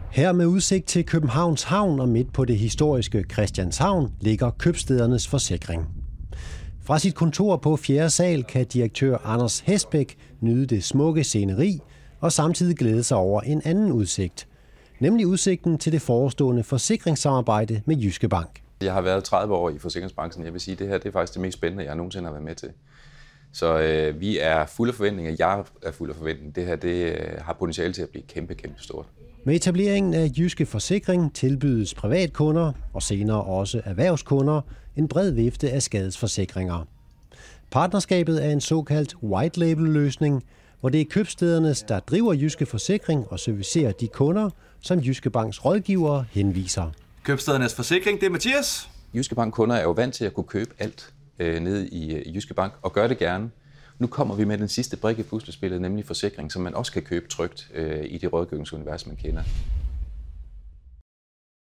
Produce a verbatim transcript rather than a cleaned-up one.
Her med udsigt til Københavns Havn og midt på det historiske Christianshavn ligger Købstædernes Forsikring. Fra sit kontor på fjerde sal kan direktør Anders Hesbæk nyde det smukke sceneri og samtidig glæde sig over en anden udsigt, nemlig udsigten til det forestående forsikringssamarbejde med Jyske Bank. Jeg har været tredive år i forsikringsbranchen. Jeg vil sige, at det her det er faktisk det mest spændende, jeg nogensinde har været med til. Så øh, vi er fulde af forventninger. Jeg er fuld af forventninger. Det her det, øh, har potentiale til at blive kæmpe, kæmpe stort. Med etableringen af Jyske Forsikring tilbydes privatkunder og senere også erhvervskunder en bred vifte af skadesforsikringer. Partnerskabet er en såkaldt white label-løsning, hvor det er købstædernes, der driver Jyske Forsikring og servicerer de kunder, som Jyske Banks rådgivere henviser. Købstædernes Forsikring, det er Mathias. Jyske Bank kunder er jo vant til at kunne købe alt øh, nede i, i Jyske Bank og gøre det gerne. Nu kommer vi med den sidste brik i puslespillet, nemlig forsikring, som man også kan købe trygt øh, i det rådgivningsunivers, man kender.